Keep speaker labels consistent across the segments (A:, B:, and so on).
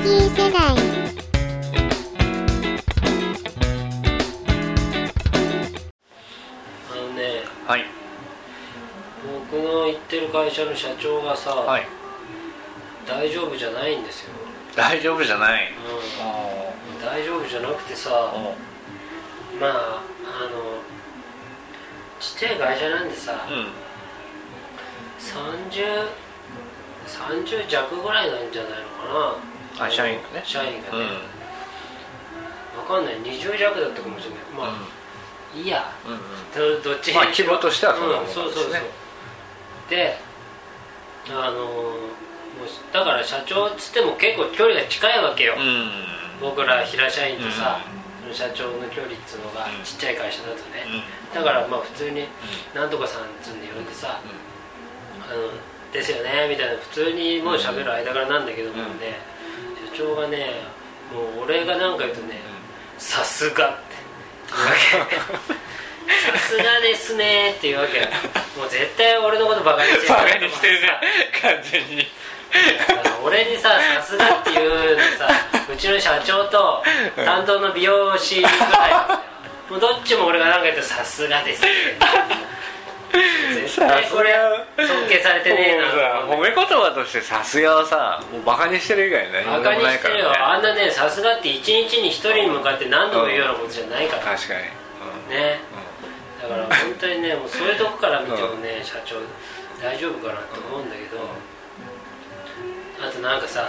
A: ギー世代。
B: はい、
C: 僕の行ってる会社の社長がさ、
B: はい、
C: 大丈夫じゃないんですよ。
B: 大丈夫じゃない、
C: 大丈夫じゃなくてさ、まあちっちゃい会社なんでさ、30弱ぐらいなんじゃないのかな、
B: 社員がね、
C: 分かんない、20弱だったかもしれない。まあ、いいや、どっちに
B: まあ規模としてはそんなもんですね。
C: そうで、もうだから社長っつっても結構距離が近いわけよ、僕ら平社員とさ、社長の距離っつうのがちっちゃい会社だとね、だからまあ普通になんとかさんっつうんでよくさ、ですよねみたいな普通にもう喋る間柄なんだけどもね、社長がね、もう俺がなんか言うとね、さすがって言うわけさすがですねっていうわけよ。もう絶対俺のことバカにしてる
B: バカにしてるね、完全に
C: 俺にさ、さすがっていうのさ、うちの社長と担当の美容師ぐらいなんだよ。もうどっちも俺が何か言ったらさすがですって絶対これ尊敬されてねえな。
B: 褒め言葉としてさすがはさ、もうバカにしてる以外ね、
C: バカにしてるよ、あんなね、さすがって一日に一人に向かって何度も言うようなことじゃないから、
B: 確かに、
C: ね、だから本当にね、もうそういうとこから見てもね、社長大丈夫かなと思うんだけど、あとなんかさ、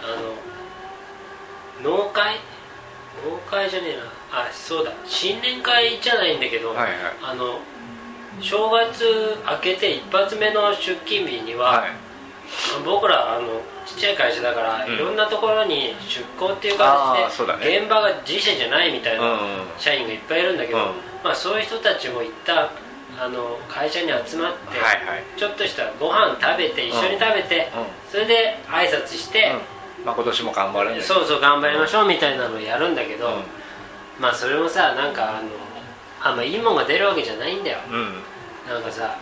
C: 農会じゃねえな、そうだ、新年会じゃないんだけど、正月明けて一発目の出勤日には、僕らちっちゃい会社だから、いろんなところに出向っていう感じで、現場が自社じゃないみたいな社員がいっぱいいるんだけど、まあ、そういう人たちも一旦会社に集まって、ちょっとしたご飯食べて一緒に食べて、それで挨拶して、
B: まあ、今年も頑張るね、
C: そう頑張りましょうみたいなのをやるんだけど、まあそれもさ、なんかあんまいいもんが出るわけじゃないんだよ、なんかさ、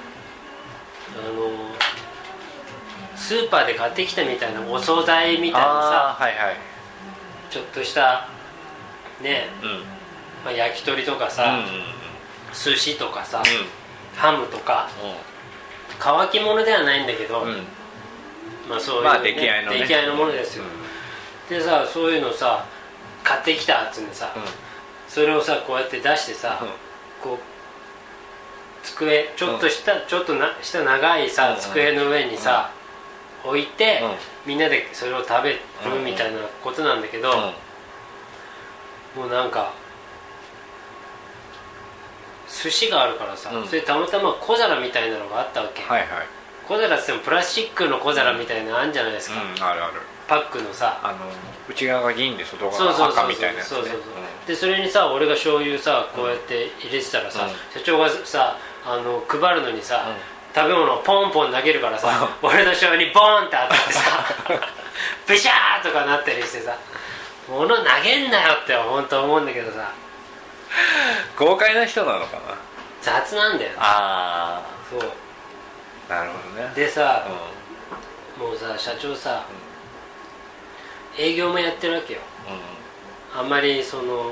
C: スーパーで買ってきたみたいなお惣菜みたいなさ、ちょっとしたね、まあ、焼き鳥とかさ、寿司とかさ、ハムとか、乾き物ではないんだけど、まあそういう、
B: まあ出来合いの
C: ものですよ、でさ、そういうのさ買ってきたっつうんでさ、それをさこうやって出してさ、こう机ちょっとした長いさ机の上にさ、置いて、みんなでそれを食べるみたいなことなんだけど、もうなんか寿司があるからさ、それたまたま小皿みたいなのがあったわけ、小皿って言ってもプラスチックの小皿みたいなのあるんじゃないですか、
B: あるある、
C: パックのさ、
B: 内側が銀で外側が赤みたいなやつね、
C: でそれにさ、俺が醤油さこうやって入れてたらさ、社長がさ配るのにさ、食べ物をポンポン投げるからさ、俺の醤油にボーンって当たってさブシャーとかなったりしてさ、物投げんなよって本当思うんだけどさ、
B: 豪快な人なのかな、
C: 雑なんだよね。そう、
B: なるほどね。
C: でさ、もうさ、社長さ、営業もやってるわけよ、あんまりその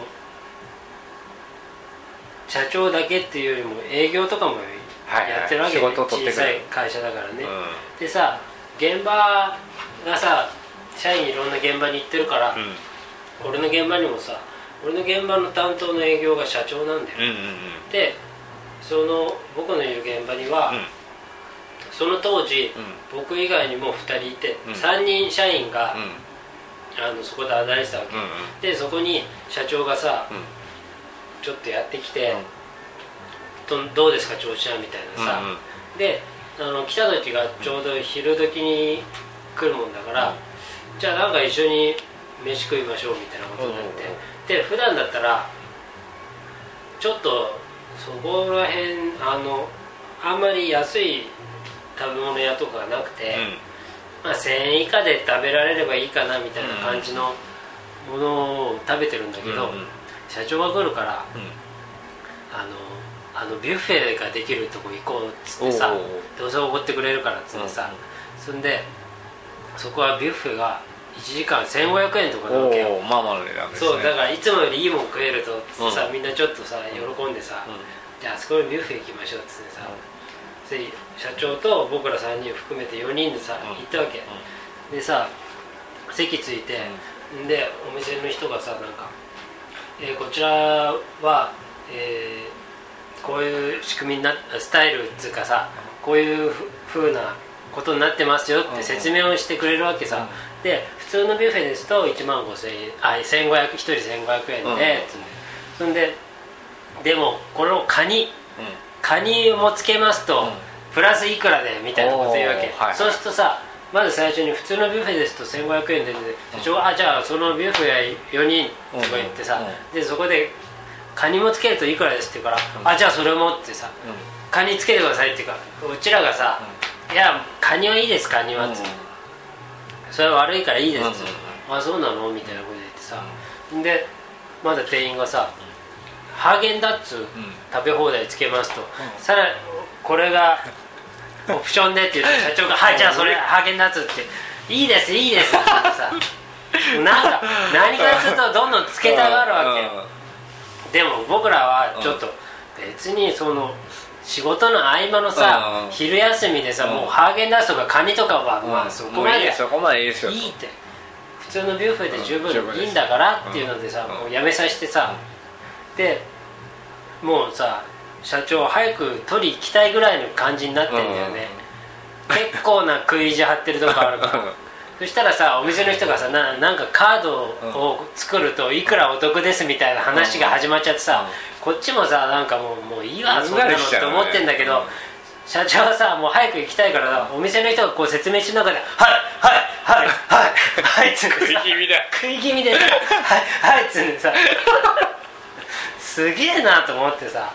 C: 社長だけっていうよりも営業とかもやってるわけね、小さい会社だからね、でさ、現場がさ、社員いろんな現場に行ってるから、俺の現場にもさ、俺の現場の担当の営業が社長なんだよ、でその僕のいる現場には、その当時、僕以外にも2人いて、3人社員が、そこで働いてたわけ、でそこに社長がさ、ちょっとやってきて、どうですか調子はみたいなさ、で来た時がちょうど昼時に来るもんだから、じゃあなんか一緒に飯食いましょうみたいなことになって、で普段だったらちょっとそこら辺あんまり安い食べ物屋とかがなくて、まあ、1000円以下で食べられればいいかなみたいな感じのものを食べてるんだけど、社長が来るから、ビュッフェができるとこ行こうっつってさ、どうせおごってくれるからっつってさ、そんでそこはビュッフェが 1時間1500円とかなわけよ。
B: まあまあの値段ですね。
C: そうだからいつもよりいいもん食えるとさ、みんなちょっとさ喜んでさ、じゃああそこにビュッフェ行きましょうっつってさ、社長と僕ら3人含めて4人でさ行ったわけ、でさ席ついて、でお店の人がさなんか、こちらは、こういう仕組みになスタイルっていうかさ、こういう風なことになってますよって説明をしてくれるわけさ、で普通のビュッフェですと1万5000円1人1500円で、そんででもこのカニもつけますと、プラスいくらでみたいなこと言うわけ、そうするとさまず最初に普通のビュッフェですと1500円で、社長がじゃあそのビュッフェや4人とか言ってさ、でそこでカニもつけるといくらですって言うから、じゃあそれもってさ、カニつけてくださいっていうか、うちらがさ、いやカニはいいですカニはって、それは悪いからいいですって、そうなのみたいなこと言ってさ、でまだ店員がさ、ハーゲンダッツ食べ放題つけますと、さらにこれがオプションでって言うと社長がはいじゃあそれハーゲンダッツっていいですいいですってさなんか何かするとどんどんつけたがるわけ。でも僕らはちょっと別にその仕事の合間のさ昼休みでさ、もうハーゲンダッツとかカニとかはまあそこまでいいって普通のビュッフェで十分いいんだからっていうのでさ、もうやめさせてさ、でもうさ社長早く取り行きたいぐらいの感じになってんだよね、結構な食い意地張ってるとこあるからそしたらさお店の人がさなんかカードを作るといくらお得ですみたいな話が始まっちゃってさ、こっちもさなんかもういいわそんなのって思ってんだけど、社長はさもう早く行きたいからさ、お店の人がこう説明しながらはいっつってさ食い気味でさはいっつってさすげえなと思ってさ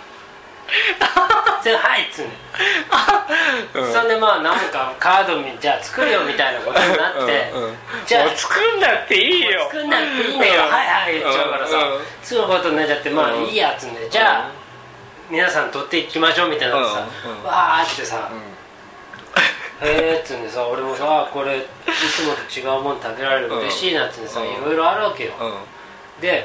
C: はいっつうねそれでまあなんかカードじゃあ作るよみたいなことになって、
B: じゃあ作んなくていいよ
C: 作んなくていいんだけどはい言っちゃうからさ、作ることになっちゃってまあいいやっつうんで、じゃあ皆さん取っていきましょうみたいなのさ、わーってさ、へーっつうんでさ、俺もさこれいつもと違うもん食べられる嬉しいなっつうんでさ、いろいろあるわけよ、で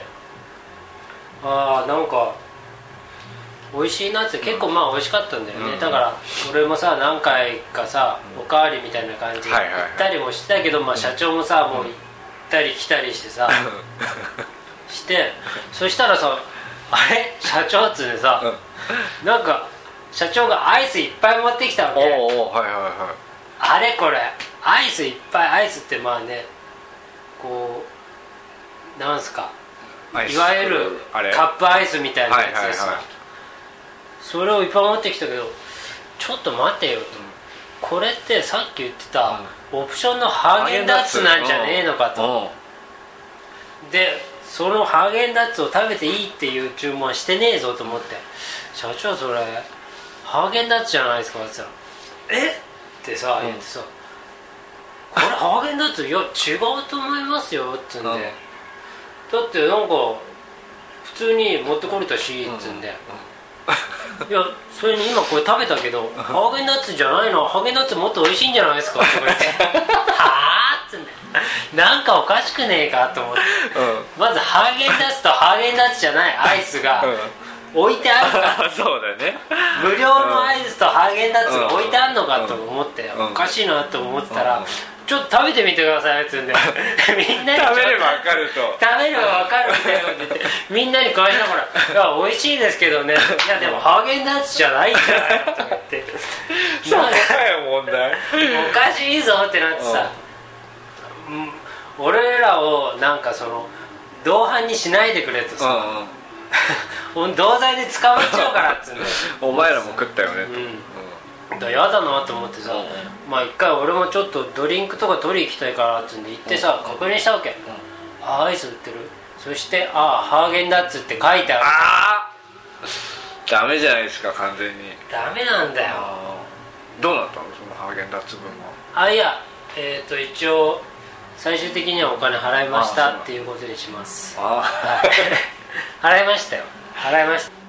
C: なんか美味しいなって結構まあ美味しかったんだよね、だから俺もさ何回かさおかわりみたいな感じで行ったりもしてたけど、まあ社長もさもう行ったり来たりしてさしてそしたらさあれ社長っつってさ、なんか社長がアイスいっぱい持ってきたわけ。あれこれアイスいっぱい、アイスってまあねこうなんすかいわゆるカップアイスみたいなやつですわ、それをいっぱい持ってきたけどちょっと待てよと、これってさっき言ってたオプションのハーゲンダッツなんじゃねえのかと、でそのハーゲンダッツを食べていいっていう注文はしてねえぞと思って、社長それハーゲンダッツじゃないですかって言ったらえってさ言ってさ、これハーゲンダッツいや違うと思いますよって言うんで、だってなんか普通に持ってこれたしって言うんで、いやそれに今これ食べたけどハーゲンダッツじゃないの、ハーゲンダッツもっと美味しいんじゃないですかって言われてはぁっつうんで、なんかおかしくねえかと思って、まずハーゲンダッツとハーゲンダッツじゃないアイスが置いてあるから
B: そうだね、
C: 無料のアイスとハーゲンダッツが置いてあるのかと思って、おかしいなと思ってたら、ちょっと食べてみてくださいっつうんでみんなに
B: 食べれば分かると、
C: 食べれば分かるみたいなこと言ってみんなに返しながら「いや美味しいですけどね、いやでもハーゲンダッツじゃないんじゃない?」とか言って
B: そこかよ問題
C: おかしいぞってなってさ、俺らをなんかその同伴にしないでくれとさ、同罪で捕まっちゃうからっつうんだよ
B: お前らも食ったよね
C: と、やだなと思ってさ、まあ一回俺もちょっとドリンクとか取り行きたいからっつうんで行ってさ、確認したわけ、アイス売ってる、そしてハーゲンダッツって書いてある、
B: ダメじゃないですか完全に
C: ダメなんだよ。
B: どうなったのそのハーゲンダッツ分は。
C: いや一応最終的にはお金払いましたっていうことにします。払いましたよ、払いました。